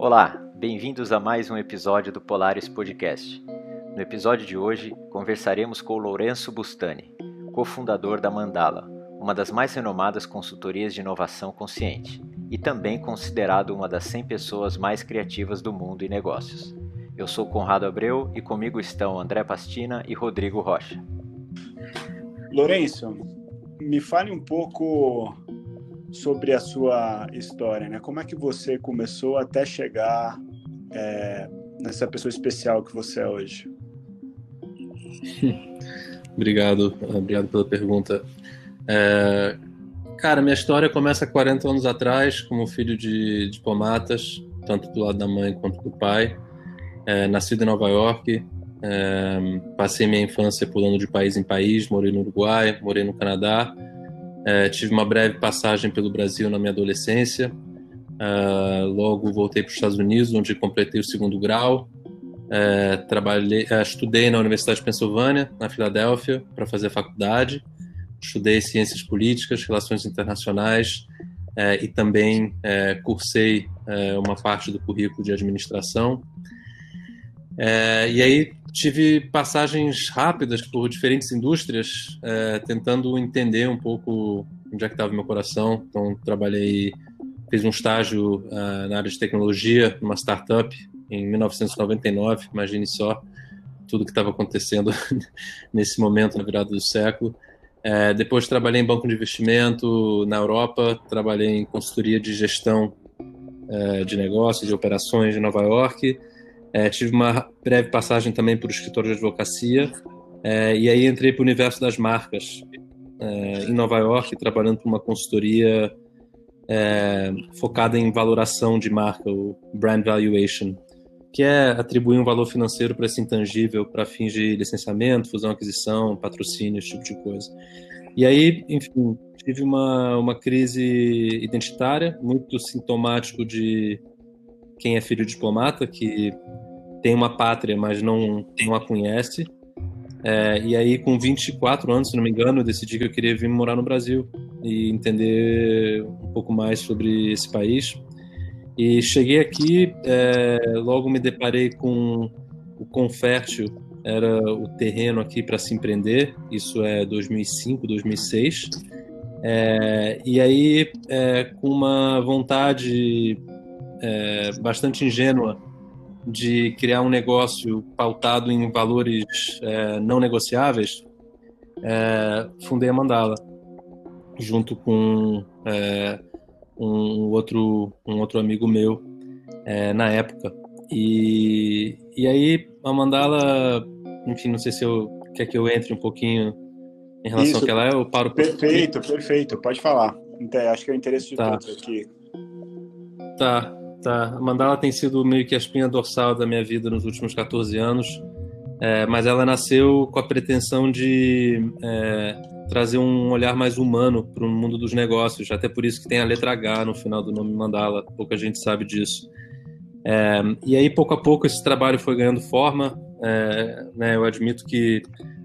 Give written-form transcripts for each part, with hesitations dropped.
Olá, bem-vindos a mais um episódio do Polaris Podcast. No episódio de hoje, conversaremos com o Lourenço Bustani, cofundador da Mandala, uma das mais renomadas consultorias de inovação consciente, e também considerado uma das 100 pessoas mais criativas do mundo em negócios. Eu sou Conrado Abreu e comigo estão André Pastina e Rodrigo Rocha. Lourenço, me fale um pouco sobre a sua história, né? Como é que você começou até chegar nessa pessoa especial que você é hoje? Obrigado pela pergunta. Cara, minha história começa há 40 anos atrás, como filho de diplomatas, tanto do lado da mãe quanto do pai. Nascido em Nova York, passei minha infância pulando de país em país, morei no Uruguai, morei no Canadá, tive uma breve passagem pelo Brasil na minha adolescência, logo voltei para os Estados Unidos, onde completei o segundo grau, estudei na Universidade de Pensilvânia, na Filadélfia, para fazer faculdade, estudei ciências políticas, relações internacionais e também cursei uma parte do currículo de administração. E aí tive passagens rápidas por diferentes indústrias, tentando entender um pouco onde é que estava meu coração. Então fiz um estágio na área de tecnologia, numa startup, em 1999, imagine só tudo que estava acontecendo nesse momento, na virada do século. Depois trabalhei em banco de investimento na Europa, trabalhei em consultoria de gestão de negócios, de operações em Nova York. Tive uma breve passagem também por escritório de advocacia, e aí entrei para o universo das marcas em Nova York, trabalhando para uma consultoria focada em valoração de marca, o Brand Valuation, que é atribuir um valor financeiro para esse intangível para fins de licenciamento, fusão, aquisição, patrocínio, esse tipo de coisa. E aí, enfim, tive uma crise identitária, muito sintomático de quem é filho de diplomata, que tem uma pátria, mas não a conhece. E aí, com 24 anos, se não me engano, eu decidi que eu queria vir morar no Brasil e entender um pouco mais sobre esse país. E cheguei aqui, logo me deparei com o quão fértil era o terreno aqui para se empreender. Isso é 2005, 2006. E aí, com uma vontade bastante ingênua de criar um negócio pautado em valores não negociáveis, fundei a Mandala, junto com um outro amigo meu na época. E aí a Mandala, enfim, não sei se quer que eu entre um pouquinho em relação ao que ela é, eu paro... Perfeito, pode falar. Acho que é o interesse de todos aqui. Tá. A Mandala tem sido meio que a espinha dorsal da minha vida nos últimos 14 anos, mas ela nasceu com a pretensão de trazer um olhar mais humano para o mundo dos negócios, até por isso que tem a letra H no final do nome Mandala, pouca gente sabe disso. E aí, pouco a pouco, esse trabalho foi ganhando forma. Eu admito que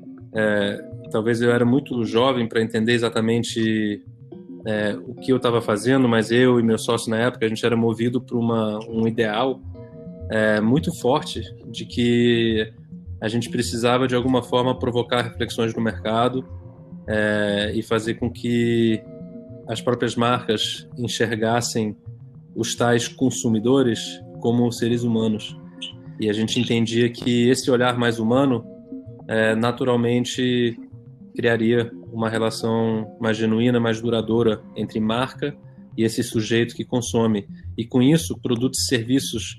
talvez eu era muito jovem para entender exatamente o que eu estava fazendo, mas eu e meu sócio na época, a gente era movido por um ideal muito forte de que a gente precisava de alguma forma provocar reflexões no mercado e fazer com que as próprias marcas enxergassem os tais consumidores como seres humanos. E a gente entendia que esse olhar mais humano naturalmente criaria uma relação mais genuína, mais duradoura entre marca e esse sujeito que consome. E com isso, produtos e serviços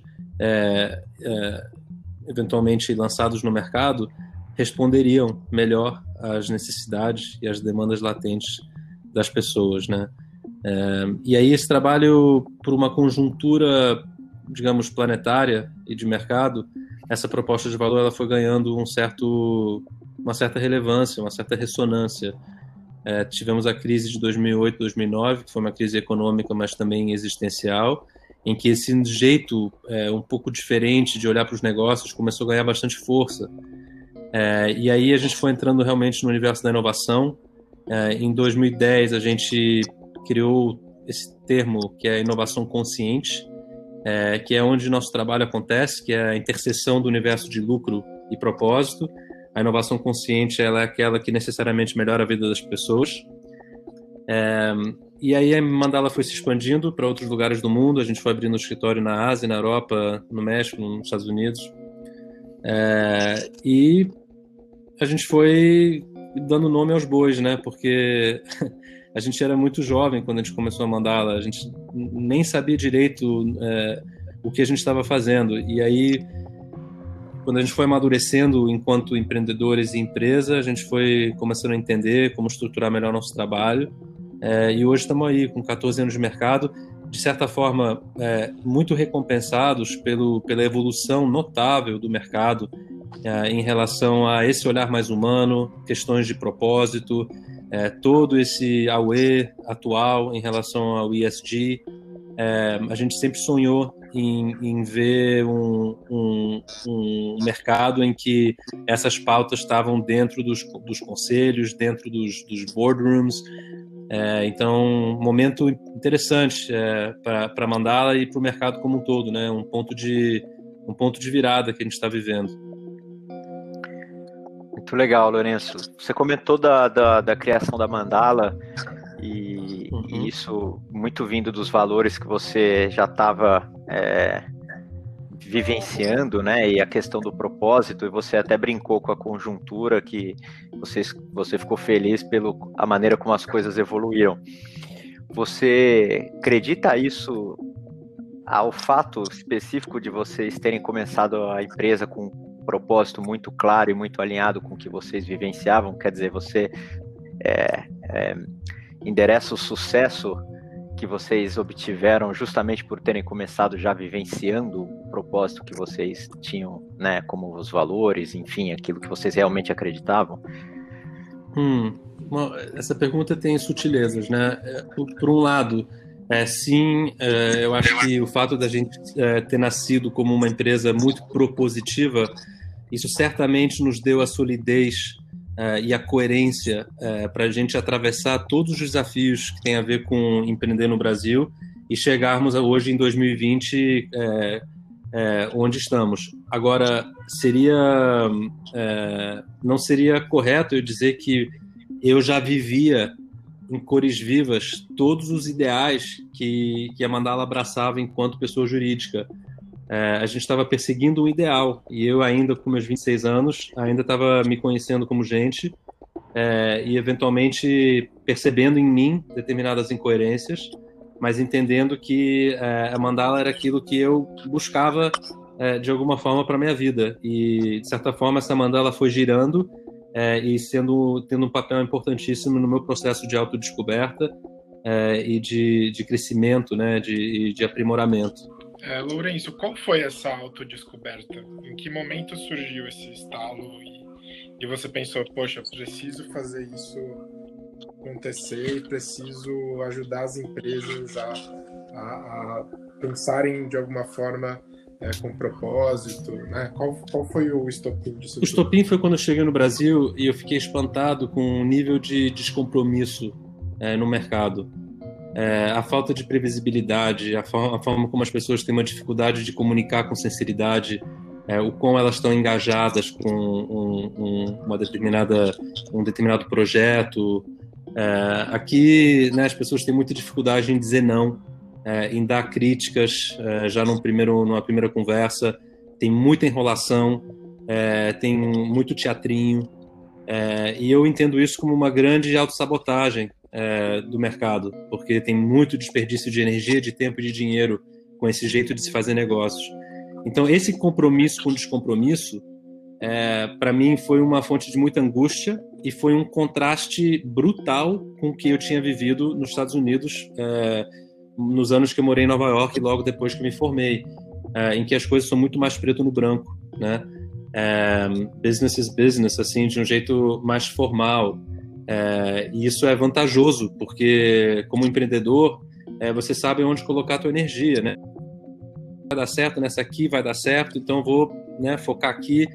eventualmente lançados no mercado responderiam melhor às necessidades e às demandas latentes das pessoas, né? E aí esse trabalho, por uma conjuntura, digamos, planetária e de mercado, essa proposta de valor ela foi ganhando uma certa relevância, uma certa ressonância. Tivemos a crise de 2008, 2009, que foi uma crise econômica, mas também existencial, em que esse jeito um pouco diferente de olhar para os negócios começou a ganhar bastante força. E aí a gente foi entrando realmente no universo da inovação. Em 2010, a gente criou esse termo que é inovação consciente, que é onde nosso trabalho acontece, que é a interseção do universo de lucro e propósito. A inovação consciente, ela é aquela que necessariamente melhora a vida das pessoas. E aí a Mandala foi se expandindo para outros lugares do mundo. A gente foi abrindo escritório na Ásia, na Europa, no México, nos Estados Unidos. E a gente foi dando nome aos bois, né? Porque a gente era muito jovem quando a gente começou a Mandala. A gente nem sabia direito o que a gente estava fazendo. E aí, quando a gente foi amadurecendo enquanto empreendedores e empresa, a gente foi começando a entender como estruturar melhor nosso trabalho. E hoje estamos aí com 14 anos de mercado, de certa forma muito recompensados pela evolução notável do mercado em relação a esse olhar mais humano, questões de propósito, todo esse AUE atual em relação ao ESG. A gente sempre sonhou em ver um mercado em que essas pautas estavam dentro dos conselhos, dentro dos boardrooms. Então, momento interessante para a Mandala e para o mercado como um todo, né? Um ponto de virada que a gente está vivendo. Muito legal, Lourenço. Você comentou da criação da Mandala e isso muito vindo dos valores que você já estava vivenciando, né? E a questão do propósito, e você até brincou com a conjuntura que você ficou feliz pela maneira como as coisas evoluíram. Você acredita isso ao fato específico de vocês terem começado a empresa com um propósito muito claro e muito alinhado com o que vocês vivenciavam? Quer dizer, você endereça o sucesso que vocês obtiveram justamente por terem começado já vivenciando o propósito que vocês tinham, né, como os valores, enfim, aquilo que vocês realmente acreditavam? Essa pergunta tem sutilezas, né? Por um lado, sim, eu acho que o fato da gente ter nascido como uma empresa muito propositiva, isso certamente nos deu a solidez e a coerência para a gente atravessar todos os desafios que tem a ver com empreender no Brasil e chegarmos hoje em 2020 onde estamos. Agora, não seria correto eu dizer que eu já vivia em cores vivas todos os ideais que a Mandala abraçava enquanto pessoa jurídica. A gente estava perseguindo um ideal, e eu ainda, com meus 26 anos, ainda estava me conhecendo como gente e eventualmente percebendo em mim determinadas incoerências, mas entendendo que a Mandala era aquilo que eu buscava de alguma forma para a minha vida. E, de certa forma, essa Mandala foi girando e tendo um papel importantíssimo no meu processo de autodescoberta e de crescimento, né, de aprimoramento. Lourenço, qual foi essa autodescoberta? Em que momento surgiu esse estalo e você pensou, poxa, preciso fazer isso acontecer, preciso ajudar as empresas a pensarem de alguma forma com propósito, né? Qual foi o estopim disso? O estopim foi quando eu cheguei no Brasil e eu fiquei espantado com o nível de descompromisso no mercado. A falta de previsibilidade, a forma como as pessoas têm uma dificuldade de comunicar com sinceridade, o quão elas estão engajadas com um determinado projeto. Aqui, né, as pessoas têm muita dificuldade em dizer não, em dar críticas já numa primeira conversa. Tem muita enrolação, tem muito teatrinho, e eu entendo isso como uma grande autossabotagem do mercado, porque tem muito desperdício de energia, de tempo e de dinheiro com esse jeito de se fazer negócios. Então, esse compromisso com descompromisso, para mim, foi uma fonte de muita angústia e foi um contraste brutal com o que eu tinha vivido nos Estados Unidos nos anos que eu morei em Nova York e logo depois que me formei, em que as coisas são muito mais preto no branco, né? Business is business, assim, de um jeito mais formal. E isso é vantajoso, porque como empreendedor, você sabe onde colocar a tua energia, né? Vai dar certo nessa aqui, vai dar certo, então eu vou, né, focar aqui.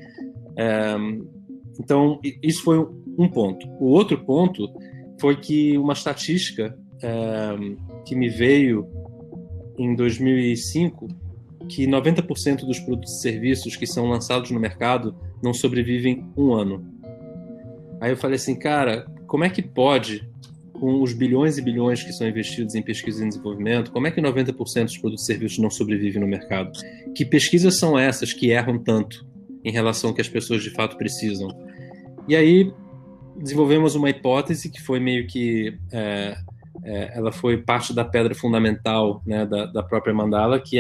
Então, isso foi um ponto. O outro ponto foi que uma estatística que me veio em 2005 que 90% dos produtos e serviços que são lançados no mercado não sobrevivem um ano. Aí eu falei assim, cara, como é que pode, com os bilhões e bilhões que são investidos em pesquisa e desenvolvimento, como é que 90% dos produtos e serviços não sobrevivem no mercado? Que pesquisas são essas que erram tanto em relação ao que as pessoas de fato precisam? E aí desenvolvemos uma hipótese que foi meio que... ela foi parte da pedra fundamental, né, da própria Mandala, que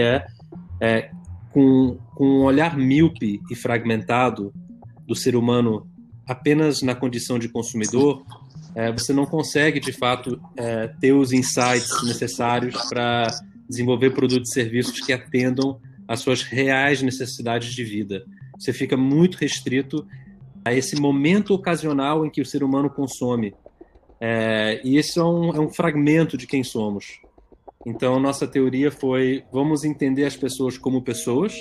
com um olhar míope e fragmentado do ser humano apenas na condição de consumidor, você não consegue, de fato, ter os insights necessários para desenvolver produtos e serviços que atendam às suas reais necessidades de vida. Você fica muito restrito a esse momento ocasional em que o ser humano consome. E esse é um fragmento de quem somos. Então, nossa teoria foi: vamos entender as pessoas como pessoas,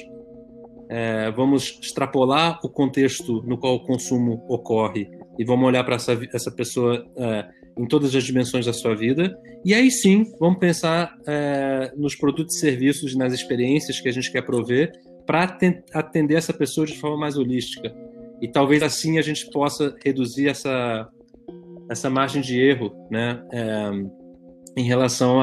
vamos extrapolar o contexto no qual o consumo ocorre e vamos olhar para essa pessoa em todas as dimensões da sua vida. E aí sim, vamos pensar nos produtos e serviços, nas experiências que a gente quer prover para atender essa pessoa de forma mais holística. E talvez assim a gente possa reduzir essa margem de erro, né, em relação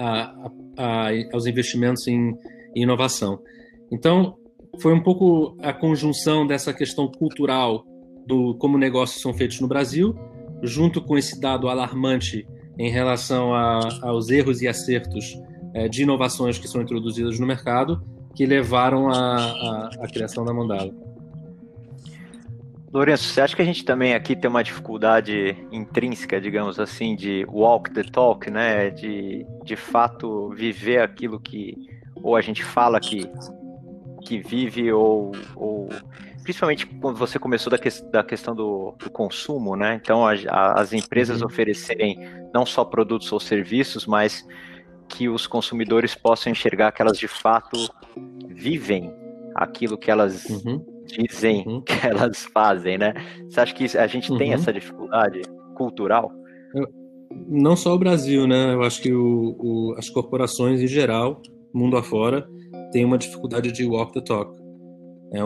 aos investimentos em inovação. Então, foi um pouco a conjunção dessa questão cultural do como negócios são feitos no Brasil, junto com esse dado alarmante em relação aos erros e acertos de inovações que são introduzidas no mercado, que levaram à criação da Mandala. Lourenço, você acha que a gente também aqui tem uma dificuldade intrínseca, digamos assim, de walk the talk, né? De fato viver aquilo que ou a gente fala que vive, ou principalmente quando você começou da questão do consumo, né? Então as empresas oferecerem não só produtos ou serviços, mas que os consumidores possam enxergar que elas de fato vivem aquilo que elas dizem que elas fazem, né? Você acha que a gente tem essa dificuldade cultural? Não só o Brasil, né? Eu acho que as corporações em geral, mundo afora, têm uma dificuldade de walk the talk. É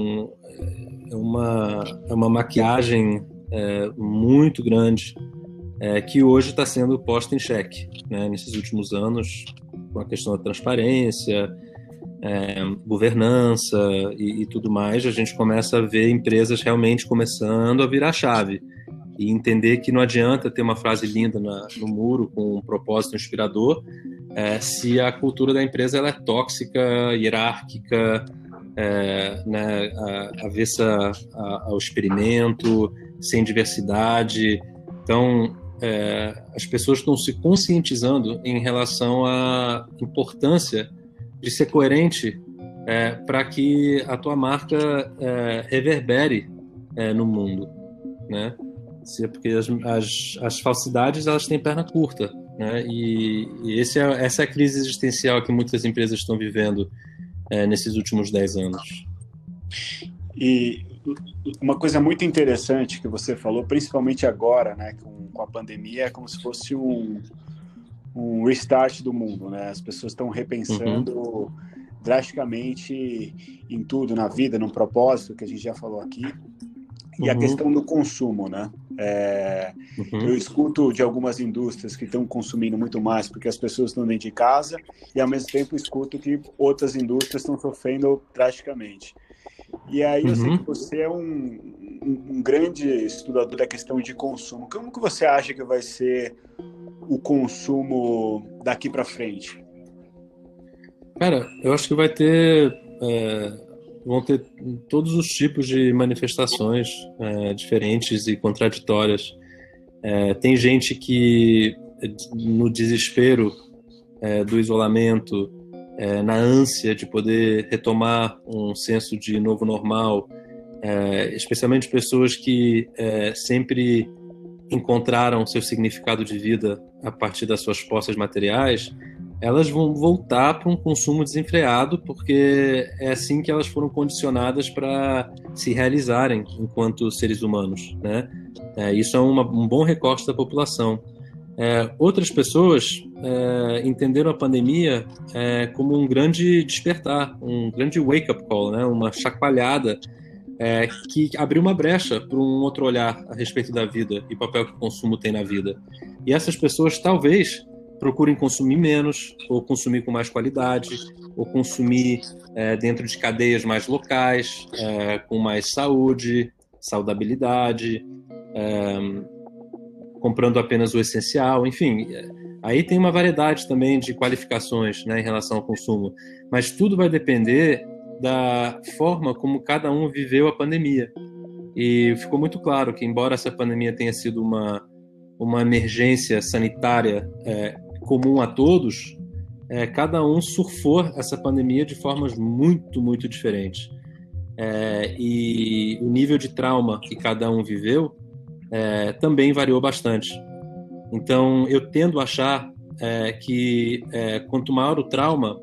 uma maquiagem muito grande que hoje está sendo posta em xeque, né? Nesses últimos anos, com a questão da transparência, governança e tudo mais, a gente começa a ver empresas realmente começando a virar chave e entender que não adianta ter uma frase linda no muro com um propósito inspirador se a cultura da empresa ela é tóxica, hierárquica, né, avessa ao experimento, sem diversidade. Então, as pessoas estão se conscientizando em relação à importância de ser coerente para que a tua marca reverbere no mundo, né? Porque as falsidades elas têm perna curta, né? E essa é a crise existencial que muitas empresas estão vivendo nesses últimos 10 anos. E uma coisa muito interessante que você falou, principalmente agora, né, com a pandemia, é como se fosse um restart do mundo, né? As pessoas estão repensando drasticamente em tudo, na vida, no propósito, que a gente já falou aqui, e a questão do consumo, né? Eu escuto de algumas indústrias que estão consumindo muito mais porque as pessoas estão dentro de casa, e ao mesmo tempo escuto que outras indústrias estão sofrendo drasticamente. E aí eu sei que você é um grande estudador da questão de consumo. Como que você acha que vai ser o consumo daqui para frente? Cara, eu acho que vão ter todos os tipos de manifestações diferentes e contraditórias. Tem gente que, no desespero do isolamento, na ânsia de poder retomar um senso de novo normal, especialmente pessoas que sempre encontraram seu significado de vida a partir das suas posses materiais, elas vão voltar para um consumo desenfreado, porque é assim que elas foram condicionadas para se realizarem enquanto seres humanos, né? Isso é um bom recorte da população. Outras pessoas entenderam a pandemia como um grande despertar, um grande wake-up call, né? Uma chacoalhada que abriu uma brecha para um outro olhar a respeito da vida e o papel que o consumo tem na vida. E essas pessoas talvez procurem consumir menos, ou consumir com mais qualidade, ou consumir dentro de cadeias mais locais, com mais saúde, saudabilidade, comprando apenas o essencial, enfim. Aí tem uma variedade também de qualificações, né, em relação ao consumo. Mas tudo vai depender da forma como cada um viveu a pandemia. E ficou muito claro que, embora essa pandemia tenha sido uma emergência sanitária comum a todos, cada um surfou essa pandemia de formas muito, muito diferentes. E o nível de trauma que cada um viveu também variou bastante. Então, eu tendo a achar que quanto maior o trauma,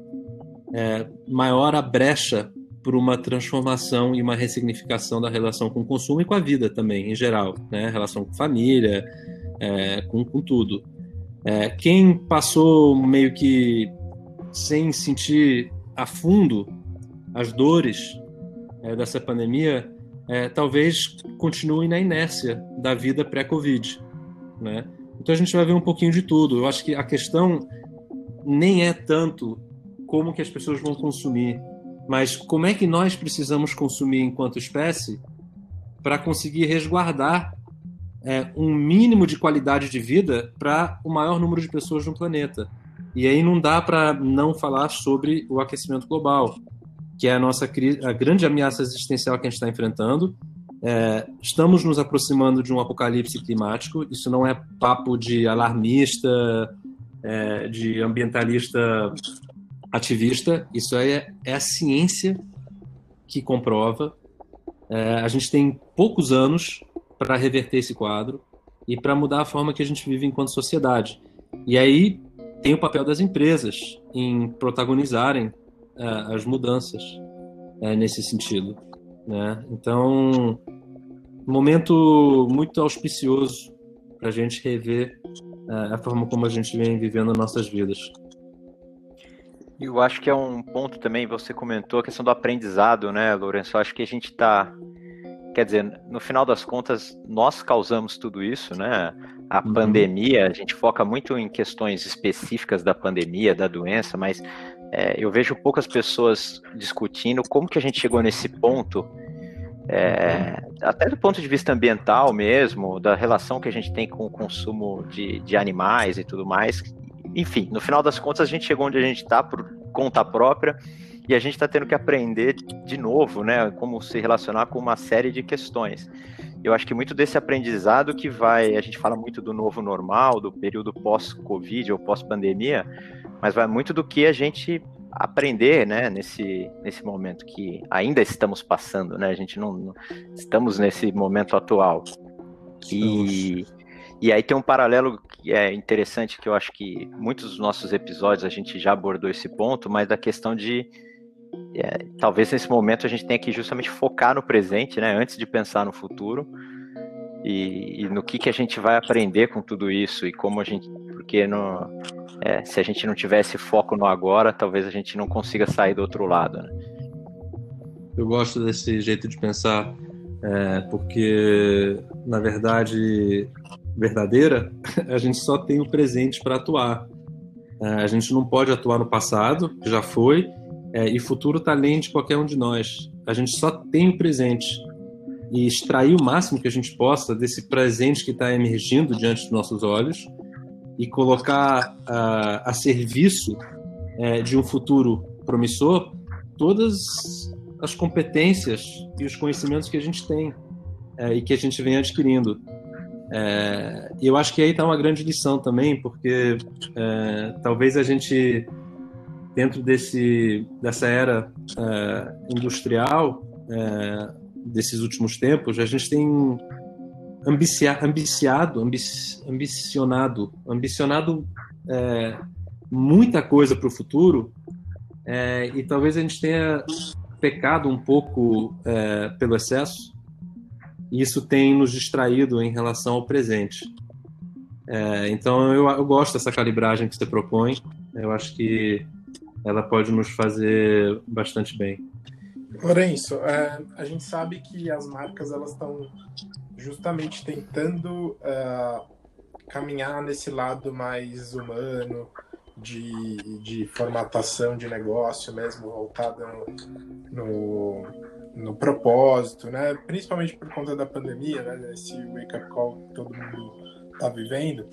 maior a brecha por uma transformação e uma ressignificação da relação com o consumo e com a vida também, em geral, né? Relação com família, com tudo. Quem passou meio que sem sentir a fundo as dores dessa pandemia, talvez continue na inércia da vida pré-Covid, né? Então a gente vai ver um pouquinho de tudo. Eu acho que a questão nem é tanto como que as pessoas vão consumir, mas como é que nós precisamos consumir enquanto espécie para conseguir resguardar um mínimo de qualidade de vida para o maior número de pessoas no planeta. E aí não dá para não falar sobre o aquecimento global, que é a grande ameaça existencial que a gente está enfrentando. Estamos nos aproximando de um apocalipse climático. Isso não é papo de alarmista, de ambientalista ativista. Isso é a ciência que comprova. A gente tem poucos anos para reverter esse quadro e para mudar a forma que a gente vive enquanto sociedade. E aí tem o papel das empresas em protagonizarem as mudanças nesse sentido, né? Então, momento muito auspicioso para a gente rever a forma como a gente vem vivendo nossas vidas. Eu acho que é um ponto também, você comentou a questão do aprendizado, né, Lourenço? Eu acho que a gente está... Quer dizer, no final das contas, nós causamos tudo isso, né? A pandemia, a gente foca muito em questões específicas da pandemia, da doença, mas eu vejo poucas pessoas discutindo como que a gente chegou nesse ponto, até do ponto de vista ambiental mesmo, da relação que a gente tem com o consumo de animais e tudo mais. Enfim, no final das contas, a gente chegou onde a gente está por conta própria, e a gente está tendo que aprender de novo, né, como se relacionar com uma série de questões. Eu acho que muito desse aprendizado que a gente fala muito do novo normal, do período pós-Covid ou pós-pandemia, mas vai muito do que a gente aprender, né, nesse momento que ainda estamos passando, né, a gente não estamos nesse momento atual. E aí tem um paralelo que é interessante, que eu acho que muitos dos nossos episódios a gente já abordou esse ponto, mas da questão de talvez nesse momento a gente tenha que justamente focar no presente, né, antes de pensar no futuro, e no que a gente vai aprender com tudo isso, e como a gente, porque se a gente não tivesse foco no agora, talvez a gente não consiga sair do outro lado, né? Eu gosto desse jeito de pensar, porque na verdade verdadeira, a gente só tem o presente para atuar. A gente não pode atuar no passado, que já foi, e o futuro está além de qualquer um de nós. A gente só tem o presente. E extrair o máximo que a gente possa desse presente que está emergindo diante dos nossos olhos e colocar a serviço de um futuro promissor todas as competências e os conhecimentos que a gente tem e que a gente vem adquirindo. E eu acho que aí está uma grande lição também, porque talvez a gente, dentro dessa era industrial, desses últimos tempos, a gente tem ambicionado muita coisa para o futuro, e talvez a gente tenha pecado um pouco pelo excesso, e isso tem nos distraído em relação ao presente. Então eu gosto dessa calibragem que você propõe. Eu acho que ela pode nos fazer bastante bem. Lourenço, a gente sabe que as marcas elas estão justamente tentando caminhar nesse lado mais humano, de formatação de negócio mesmo, voltado no propósito, né? Principalmente por conta da pandemia, né? Esse wake-up call que todo mundo está vivendo.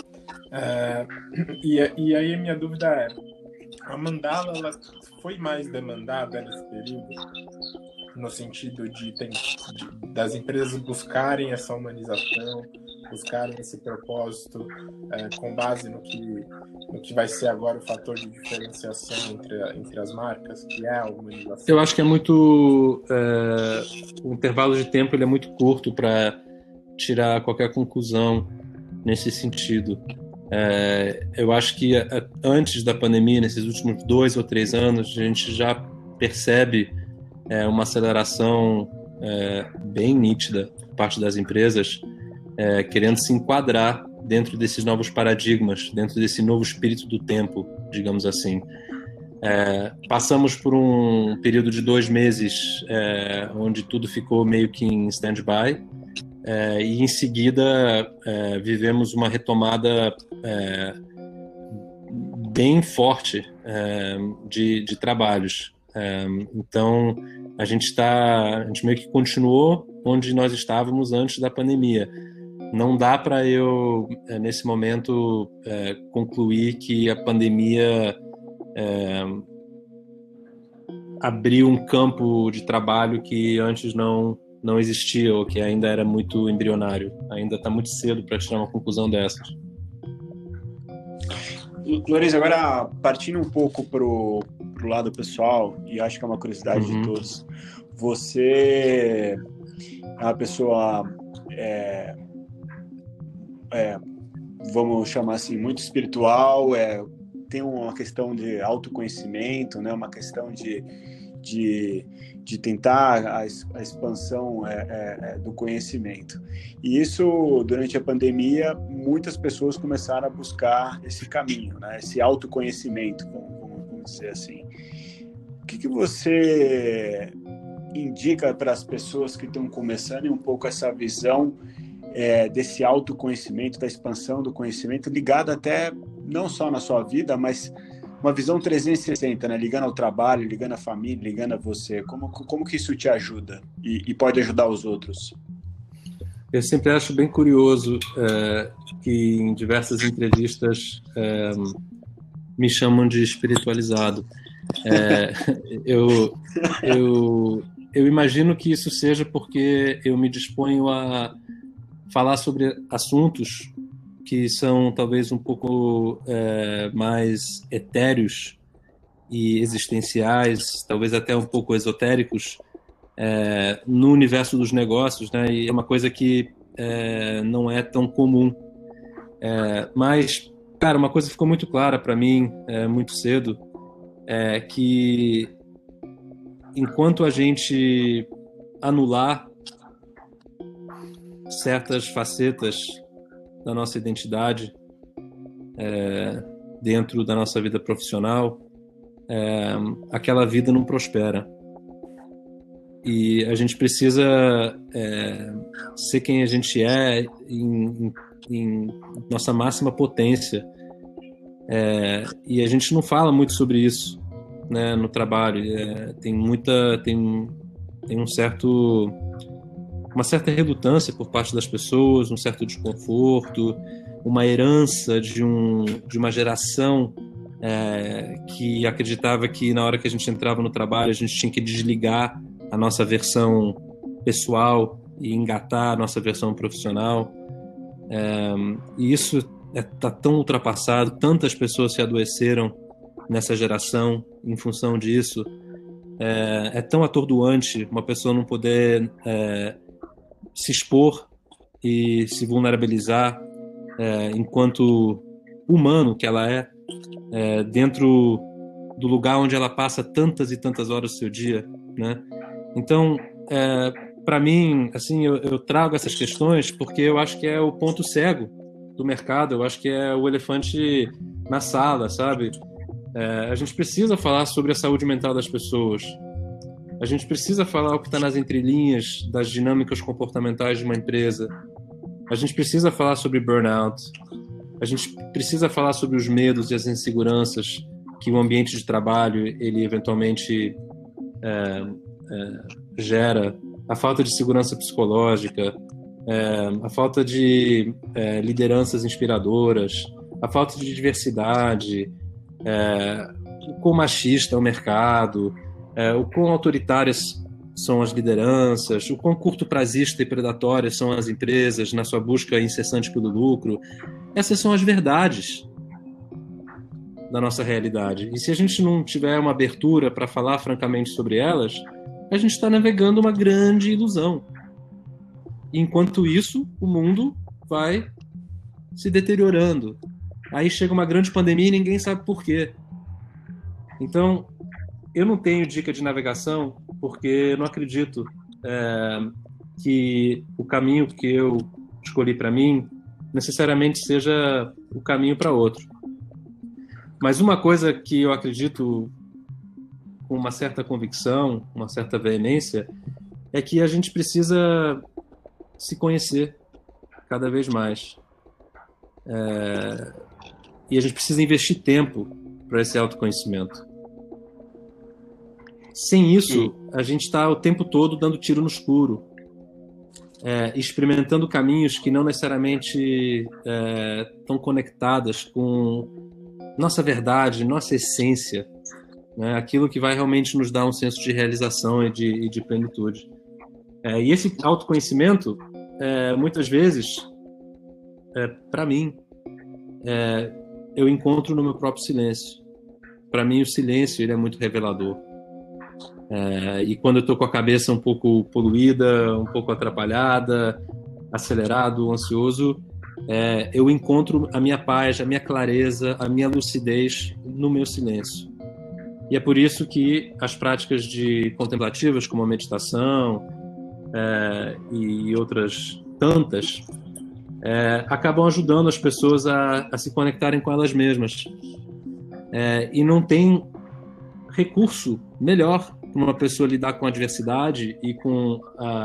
E aí a minha dúvida é, a Mandala ela foi mais demandada nesse período, no sentido das empresas buscarem essa humanização, buscarem esse propósito com base no que vai ser agora o fator de diferenciação entre as marcas, que é a humanização? Eu acho que é muito... o intervalo de tempo ele é muito curto para tirar qualquer conclusão nesse sentido. Eu acho que antes da pandemia, nesses últimos 2 ou 3 anos, a gente já percebe uma aceleração bem nítida por parte das empresas querendo se enquadrar dentro desses novos paradigmas, dentro desse novo espírito do tempo, digamos assim. Passamos por um período de 2 meses onde tudo ficou meio que em stand-by, e em seguida vivemos uma retomada bem forte de trabalhos. Então a gente meio que continuou onde nós estávamos antes da pandemia. Não dá para eu nesse momento concluir que a pandemia abriu um campo de trabalho que antes não existia, ou que ainda era muito embrionário. Ainda está muito cedo para tirar uma conclusão dessas. Lourenço, agora partindo um pouco pro lado pessoal, e acho que é uma curiosidade de todos, você é uma pessoa, vamos chamar assim, muito espiritual, tem uma questão de autoconhecimento, né? Uma questão de tentar a expansão do conhecimento. E isso, durante a pandemia, muitas pessoas começaram a buscar esse caminho, né? Esse autoconhecimento, vamos dizer assim. O que você indica para as pessoas que estão começando e um pouco essa visão desse autoconhecimento, da expansão do conhecimento, ligado até não só na sua vida, mas uma visão 360, né? Ligando ao trabalho, ligando à família, ligando a você. Como que isso te ajuda e pode ajudar os outros? Eu sempre acho bem curioso que em diversas entrevistas me chamam de espiritualizado. Eu imagino que isso seja porque eu me disponho a falar sobre assuntos que são talvez um pouco mais etéreos e existenciais, talvez até um pouco esotéricos, no universo dos negócios, né? E é uma coisa que não é tão comum. Mas, cara, uma coisa ficou muito clara para mim muito cedo, que enquanto a gente anular certas facetas da nossa identidade dentro da nossa vida profissional, aquela vida não prospera. E a gente precisa ser quem a gente é em nossa máxima potência. E a gente não fala muito sobre isso, né, no trabalho. Tem uma certa relutância por parte das pessoas, um certo desconforto, uma herança de uma geração que acreditava que na hora que a gente entrava no trabalho a gente tinha que desligar a nossa versão pessoal e engatar a nossa versão profissional. E isso está tão ultrapassado, tantas pessoas se adoeceram nessa geração em função disso. É tão atordoante uma pessoa não poder se expor e se vulnerabilizar enquanto humano que ela dentro do lugar onde ela passa tantas e tantas horas do seu dia, né? Então, para mim, assim, eu trago essas questões porque eu acho que é o ponto cego do mercado, eu acho que é o elefante na sala, sabe? A gente precisa falar sobre a saúde mental das pessoas. A gente precisa falar o que está nas entrelinhas das dinâmicas comportamentais de uma empresa. A gente precisa falar sobre burnout. A gente precisa falar sobre os medos e as inseguranças que o ambiente de trabalho ele eventualmente gera, a falta de segurança psicológica, a falta de lideranças inspiradoras, a falta de diversidade, o quão machista é o mercado, o quão autoritárias são as lideranças, o quão curto-prazista e predatórias são as empresas na sua busca incessante pelo lucro. Essas são as verdades da nossa realidade. E se a gente não tiver uma abertura para falar francamente sobre elas, a gente está navegando uma grande ilusão. Enquanto isso, o mundo vai se deteriorando. Aí chega uma grande pandemia e ninguém sabe por quê. Então, eu não tenho dica de navegação porque eu não acredito que o caminho que eu escolhi para mim necessariamente seja o caminho para outro. Mas uma coisa que eu acredito com uma certa convicção, uma certa veemência, é que a gente precisa se conhecer cada vez mais. E a gente precisa investir tempo para esse autoconhecimento. Sem isso, a gente está o tempo todo dando tiro no escuro, experimentando caminhos que não necessariamente estão conectadas com nossa verdade, nossa essência, né? Aquilo que vai realmente nos dar um senso de realização e de plenitude. E esse autoconhecimento, muitas vezes, para mim, eu encontro no meu próprio silêncio. Para mim, o silêncio ele é muito revelador. E quando eu estou com a cabeça um pouco poluída, um pouco atrapalhada, acelerado, ansioso, eu encontro a minha paz, a minha clareza, a minha lucidez no meu silêncio. E é por isso que as práticas contemplativas, como a meditação e outras tantas, acabam ajudando as pessoas a se conectarem com elas mesmas. E não tem recurso melhor para uma pessoa lidar com a adversidade e com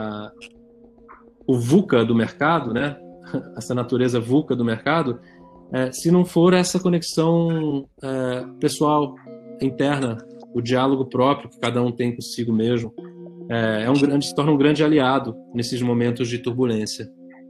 o VUCA do mercado, né? Essa natureza VUCA do mercado, se não for essa conexão pessoal, interna, o diálogo próprio que cada um tem consigo mesmo, se torna um grande aliado nesses momentos de turbulência.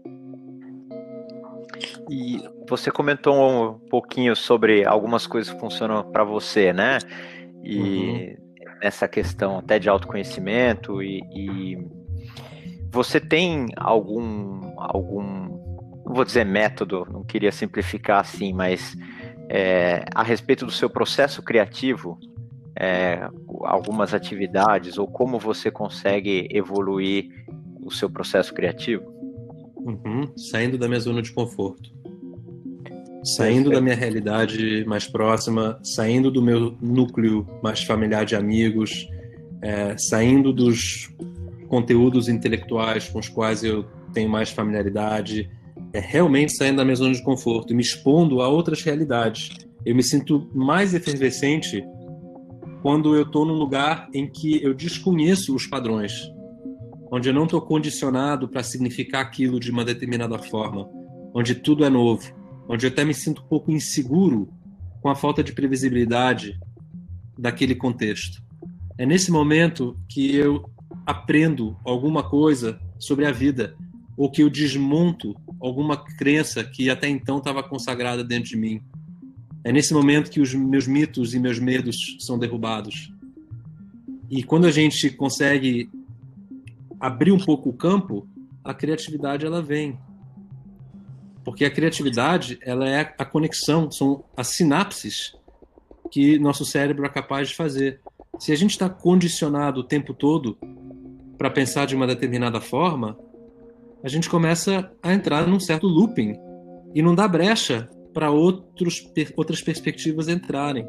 E você comentou um pouquinho sobre algumas coisas que funcionam para você, né? E essa questão até de autoconhecimento e você tem algum, não vou dizer método, não queria simplificar assim, mas a respeito do seu processo criativo, algumas atividades ou como você consegue evoluir o seu processo criativo? Saindo da minha zona de conforto, saindo da minha realidade mais próxima, saindo do meu núcleo mais familiar de amigos, saindo dos conteúdos intelectuais com os quais eu tenho mais familiaridade, realmente saindo da minha zona de conforto e me expondo a outras realidades. Eu me sinto mais efervescente quando eu estou num lugar em que eu desconheço os padrões, onde eu não estou condicionado para significar aquilo de uma determinada forma, onde tudo é novo, onde eu até me sinto um pouco inseguro com a falta de previsibilidade daquele contexto. É nesse momento que eu aprendo alguma coisa sobre a vida, ou que eu desmonto alguma crença que até então estava consagrada dentro de mim. É nesse momento que os meus mitos e meus medos são derrubados. E quando a gente consegue abrir um pouco o campo, a criatividade ela vem. Porque a criatividade ela é a conexão, são as sinapses que nosso cérebro é capaz de fazer. Se a gente está condicionado o tempo todo para pensar de uma determinada forma, a gente começa a entrar num certo looping e não dá brecha para outras perspectivas entrarem.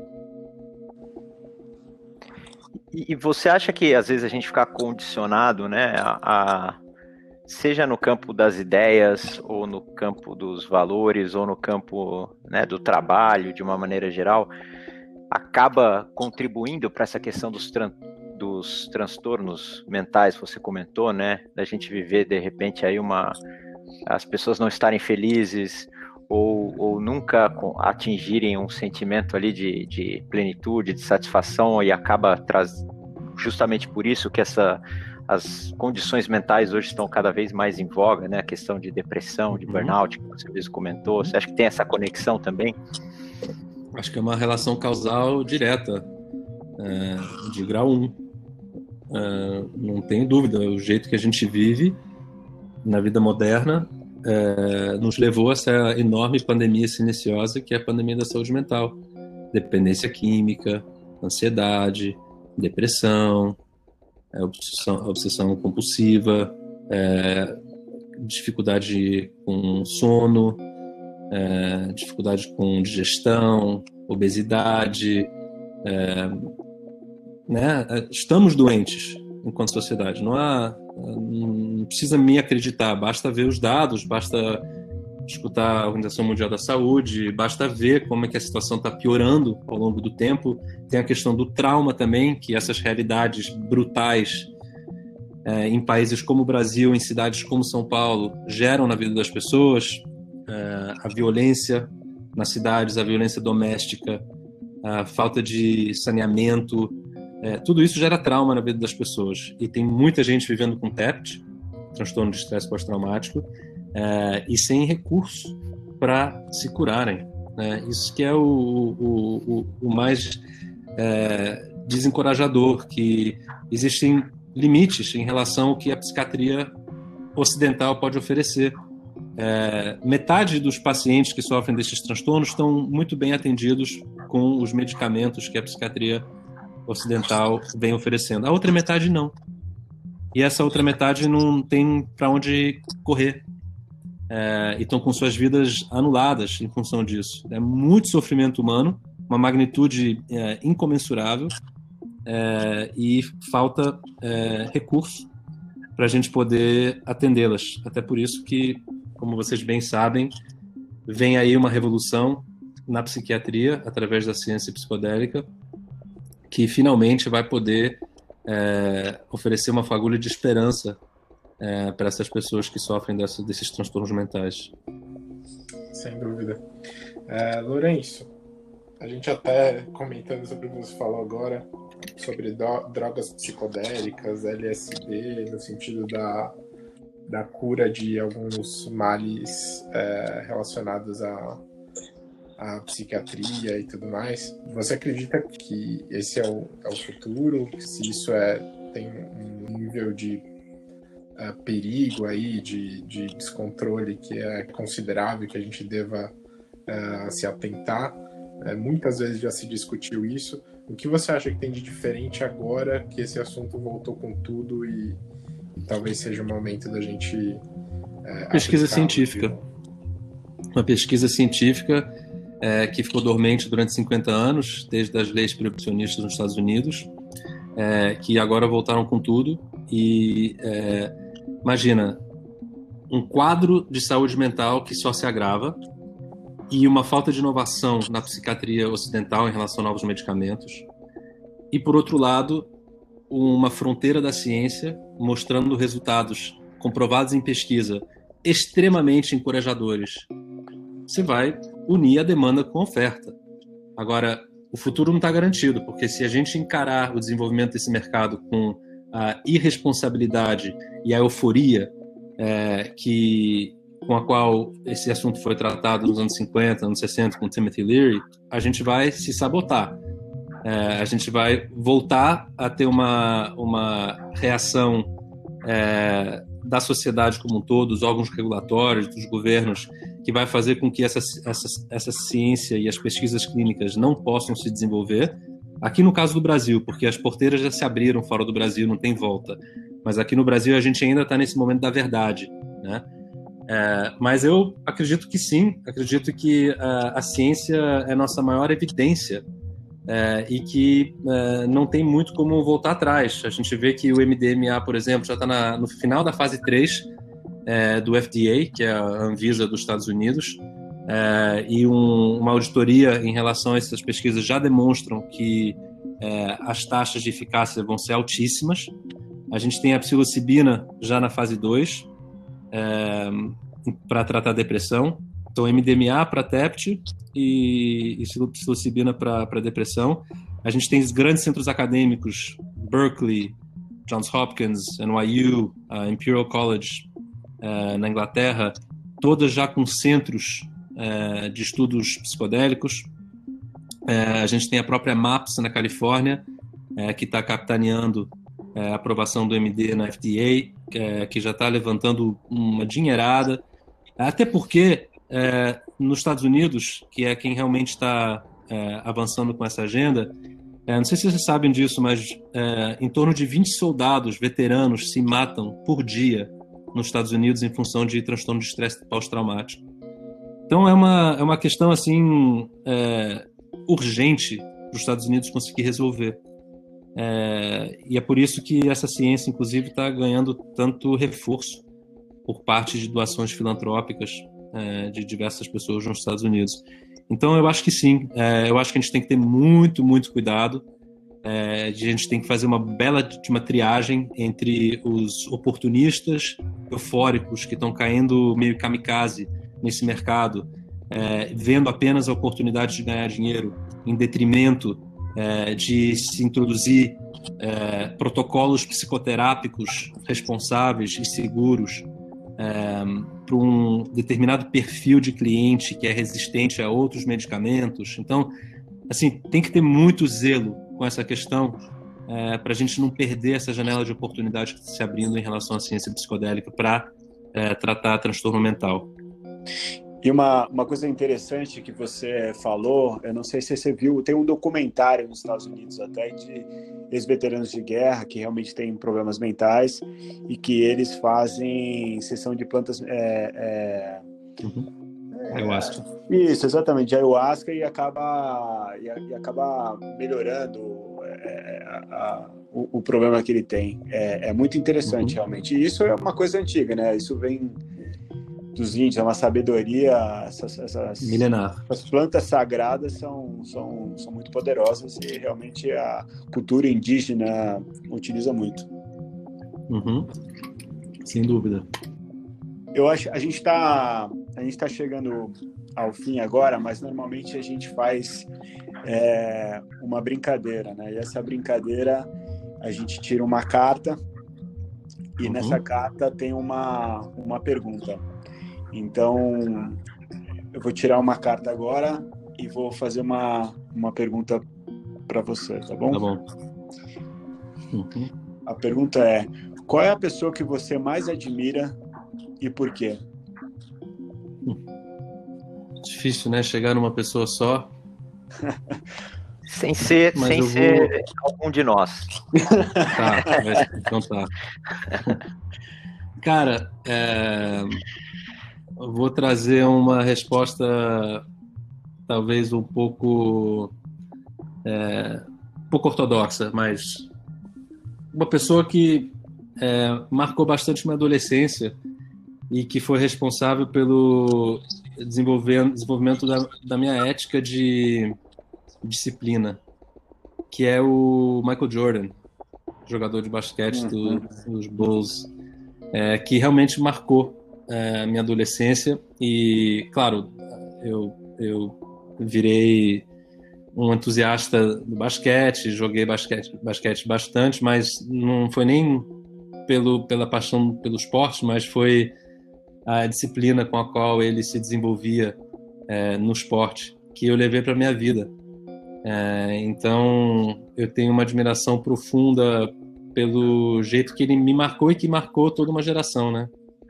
E você acha que às vezes a gente fica condicionado, né, a seja no campo das ideias, ou no campo dos valores, ou no campo, né, do trabalho, de uma maneira geral, acaba contribuindo para essa questão dos transtornos mentais, você comentou, né? Da gente viver, de repente, aí as pessoas não estarem felizes ou nunca atingirem um sentimento ali de plenitude, de satisfação, e acaba justamente por isso que as condições mentais hoje estão cada vez mais em voga, né? A questão de depressão, de burnout, que você mesmo comentou. Você acha que tem essa conexão também? Acho que é uma relação causal direta, de grau 1. Não tenho dúvida. O jeito que a gente vive na vida moderna nos levou a essa enorme pandemia silenciosa, que é a pandemia da saúde mental. Dependência química, ansiedade, depressão, obsessão compulsiva, dificuldade com sono, dificuldade com digestão, obesidade, né? Estamos doentes enquanto sociedade. Não precisa me acreditar, basta ver os dados, basta escutar a Organização Mundial da Saúde, basta ver como é que a situação está piorando ao longo do tempo. Tem a questão do trauma também, que essas realidades brutais em países como o Brasil, em cidades como São Paulo, geram na vida das pessoas. A violência nas cidades, a violência doméstica, a falta de saneamento, tudo isso gera trauma na vida das pessoas. E tem muita gente vivendo com TEPT, transtorno de estresse pós-traumático, e sem recurso para se curarem. Isso que é o mais desencorajador, que existem limites em relação ao que a psiquiatria ocidental pode oferecer. Metade dos pacientes que sofrem desses transtornos estão muito bem atendidos com os medicamentos que a psiquiatria ocidental vem oferecendo. A outra metade não. E essa outra metade não tem para onde correr. E estão com suas vidas anuladas em função disso. É muito sofrimento humano, uma magnitude incomensurável, e falta recurso para a gente poder atendê-las. Até por isso que, como vocês bem sabem, vem aí uma revolução na psiquiatria, através da ciência psicodélica, que finalmente vai poder oferecer uma fagulha de esperança para essas pessoas que sofrem desses transtornos mentais. Sem dúvida. Lourenço, a gente até comentando sobre o que você falou agora, sobre drogas psicodélicas, LSD, no sentido da cura de alguns males relacionados à psiquiatria e tudo mais. Você acredita que esse é o futuro? Se isso tem um nível de perigo aí, de descontrole que é considerável, que a gente deva se atentar? Muitas vezes já se discutiu isso. O que você acha que tem de diferente agora que esse assunto voltou com tudo e talvez seja o momento da gente pesquisa científica. Uma pesquisa científica que ficou dormente durante 50 anos, desde as leis proibicionistas nos Estados Unidos, que agora voltaram com tudo. E imagina, um quadro de saúde mental que só se agrava, e uma falta de inovação na psiquiatria ocidental em relação a novos medicamentos. E, por outro lado, uma fronteira da ciência mostrando resultados comprovados em pesquisa extremamente encorajadores. Você vai unir a demanda com a oferta. Agora, o futuro não está garantido, porque se a gente encarar o desenvolvimento desse mercado com a irresponsabilidade e a euforia com a qual esse assunto foi tratado nos anos 50, anos 60, com Timothy Leary, a gente vai se sabotar. A gente vai voltar a ter uma reação da sociedade como um todo, dos órgãos regulatórios, dos governos, que vai fazer com que essa ciência e as pesquisas clínicas não possam se desenvolver. Aqui no caso do Brasil, porque as porteiras já se abriram fora do Brasil, não tem volta. Mas aqui no Brasil a gente ainda está nesse momento da verdade, né? Mas eu acredito que sim, acredito que a ciência é a nossa maior evidência, e que não tem muito como voltar atrás. A gente vê que o MDMA, por exemplo, já está no final da fase 3 do FDA, que é a Anvisa dos Estados Unidos, e uma auditoria em relação a essas pesquisas já demonstram que as taxas de eficácia vão ser altíssimas. A gente tem a psilocibina já na fase 2 para tratar depressão. Então, MDMA para TEPT e psilocibina para depressão. A gente tem os grandes centros acadêmicos, Berkeley, Johns Hopkins, NYU, Imperial College na Inglaterra, todas já com centros de estudos psicodélicos. A gente tem a própria MAPS na Califórnia, que está capitaneando a aprovação do MD na FDA, que já está levantando uma dinheirada. Até porque, nos Estados Unidos, que é quem realmente está avançando com essa agenda, não sei se vocês sabem disso, mas em torno de 20 soldados veteranos se matam por dia nos Estados Unidos em função de transtorno de estresse pós-traumático. Então é uma questão assim urgente para os Estados Unidos conseguir resolver. E é por isso que essa ciência, inclusive, está ganhando tanto reforço por parte de doações filantrópicas de diversas pessoas nos Estados Unidos. Então, eu acho que sim. Eu acho que a gente tem que ter muito, muito cuidado. A gente tem que fazer uma bela triagem entre os oportunistas eufóricos que estão caindo meio kamikaze nesse mercado, vendo apenas a oportunidade de ganhar dinheiro em detrimento de se introduzir protocolos psicoterápicos responsáveis e seguros para um determinado perfil de cliente que é resistente a outros medicamentos. Então, assim, tem que ter muito zelo com essa questão para a gente não perder essa janela de oportunidade que está se abrindo em relação à ciência psicodélica para tratar transtorno mental. E uma coisa interessante que você falou, eu não sei se você viu, tem um documentário nos Estados Unidos até de ex-veteranos de guerra que realmente têm problemas mentais e que eles fazem sessão de plantas... Ayahuasca. Isso, exatamente, de ayahuasca e acaba melhorando o problema que ele tem. É muito interessante, realmente. E isso é uma coisa antiga, né? Isso vem dos índios, é uma sabedoria. Milenar. As plantas sagradas são muito poderosas e realmente a cultura indígena utiliza muito. Sem dúvida. Eu acho a gente está chegando ao fim agora, mas normalmente a gente faz uma brincadeira, né? E essa brincadeira a gente tira uma carta e nessa carta tem uma pergunta. Então eu vou tirar uma carta agora e vou fazer uma pergunta para você, tá bom? Tá bom. A pergunta é: qual é a pessoa que você mais admira e por quê? Difícil, né? Chegar numa pessoa só. Sem ser algum de nós. Tá, então tá. Cara, eu vou trazer uma resposta talvez um pouco ortodoxa, mas uma pessoa que marcou bastante minha adolescência e que foi responsável pelo desenvolvimento da minha ética de disciplina, que é o Michael Jordan, jogador de basquete dos Bulls, que realmente marcou a minha adolescência. E, claro, eu virei um entusiasta do basquete, joguei basquete bastante, mas não foi nem pela paixão pelo esporte, mas foi a disciplina com a qual ele se desenvolvia no esporte que eu levei para a minha vida. Então, eu tenho uma admiração profunda pelo jeito que ele me marcou e que marcou toda uma geração, né?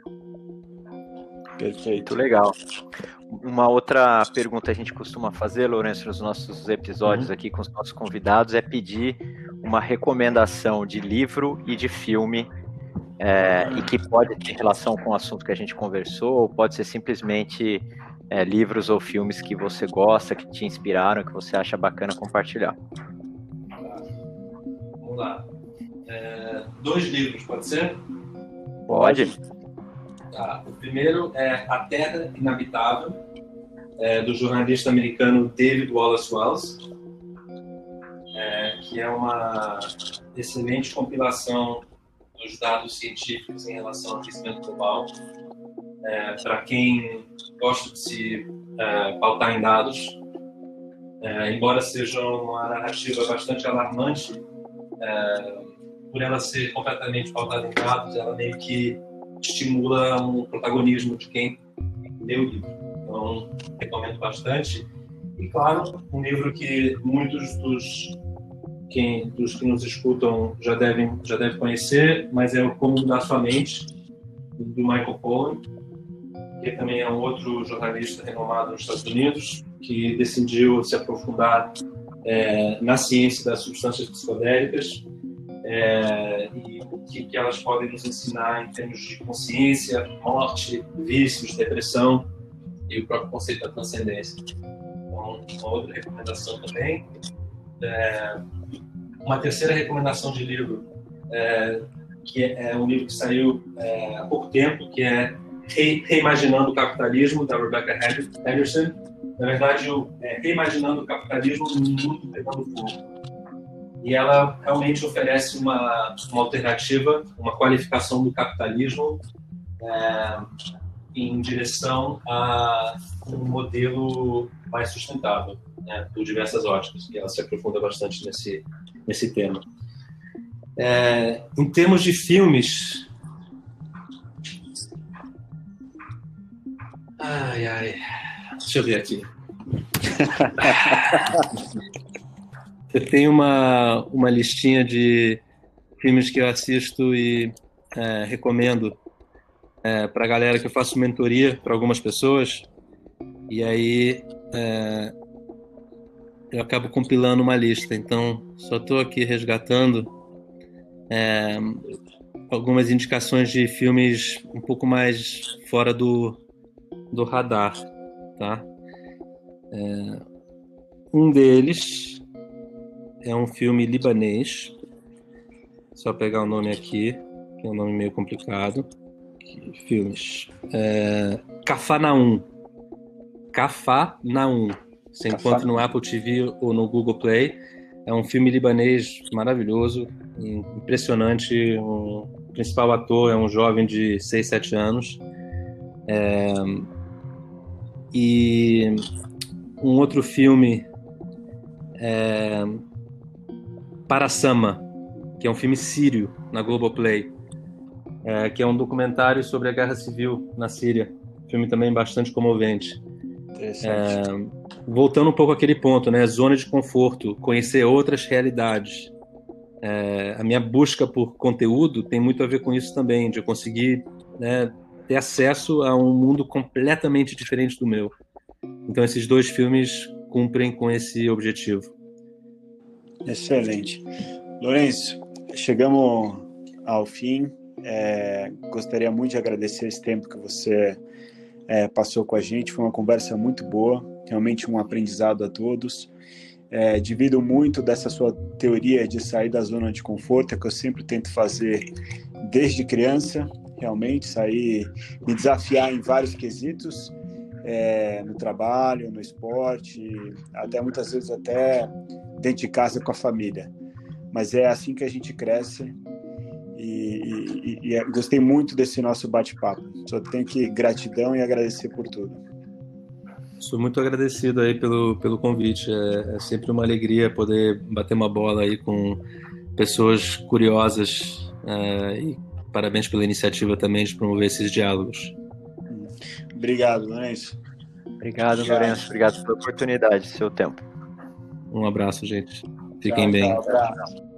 Perfeito, legal. Uma outra pergunta a gente costuma fazer, Lourenço, nos nossos episódios aqui com os nossos convidados, é pedir uma recomendação de livro e de filme e que pode ter relação com o assunto que a gente conversou, ou pode ser simplesmente livros ou filmes que você gosta, que te inspiraram, que você acha bacana compartilhar. Vamos lá. 2 livros, pode ser? Pode. O primeiro é A Terra Inabitável, do jornalista americano David Wallace Wells, que é uma excelente compilação dos dados científicos em relação ao aquecimento global. Para quem gosta de se pautar em dados, embora seja uma narrativa bastante alarmante, por ela ser completamente pautada em dados, ela meio que estimula um protagonismo de quem lê o livro. Então, recomendo bastante. E, claro, um livro que muitos dos que nos escutam já devem conhecer, mas é o Como Mudar Sua Mente, do Michael Pollan, que também é um outro jornalista renomado nos Estados Unidos, que decidiu se aprofundar na ciência das substâncias psicodélicas e o que elas podem nos ensinar em termos de consciência, morte, vícios, depressão e o próprio conceito da transcendência. Então, uma outra recomendação também. Uma terceira recomendação de livro, que é um livro que saiu há pouco tempo, que é Reimaginando o Capitalismo, da Rebecca Henderson. Na verdade, Reimaginando o Capitalismo no Mundo Pegando Fogo. E ela realmente oferece uma alternativa, uma qualificação do capitalismo em direção a um modelo mais sustentável, por diversas óticas, e ela se aprofunda bastante nesse tema. Em termos de filmes... Deixa eu ver aqui. Eu tenho uma listinha de filmes que eu assisto e recomendo para a galera, que eu faço mentoria para algumas pessoas, e aí eu acabo compilando uma lista. Então, só estou aqui resgatando algumas indicações de filmes um pouco mais fora do radar, tá? Um deles é um filme libanês, só pegar o nome aqui, que é um nome meio complicado. Filmes. Cafarnaum. Você encontra no Apple TV ou no Google Play. É um filme libanês maravilhoso, impressionante. O principal ator é um jovem de 6, 7 anos. E um outro filme é Parasama, que é um filme sírio na Globoplay, que é um documentário sobre a guerra civil na Síria. Filme também bastante comovente. Voltando um pouco àquele ponto, né? Zona de conforto, conhecer outras realidades. A minha busca por conteúdo tem muito a ver com isso também, de eu conseguir, né, ter acesso a um mundo completamente diferente do meu. Então esses dois filmes cumprem com esse objetivo. Excelente. Lourenço, chegamos ao fim. Gostaria muito de agradecer esse tempo que você passou com a gente. Foi uma conversa muito boa, realmente um aprendizado a todos. Divido muito dessa sua teoria de sair da zona de conforto, que eu sempre tento fazer desde criança, realmente sair, me desafiar em vários quesitos, no trabalho, no esporte, até muitas vezes até dentro de casa com a família. Mas é assim que a gente cresce. E gostei muito desse nosso bate-papo. Só tenho que gratidão e agradecer por tudo. Sou muito agradecido aí pelo convite. É sempre uma alegria poder bater uma bola aí com pessoas curiosas, e parabéns pela iniciativa também de promover esses diálogos. Obrigado, Lourenço. Obrigado, Lourenço. Obrigado pela oportunidade, seu tempo. Um abraço, gente. Fiquem bem. Tchau, abraço.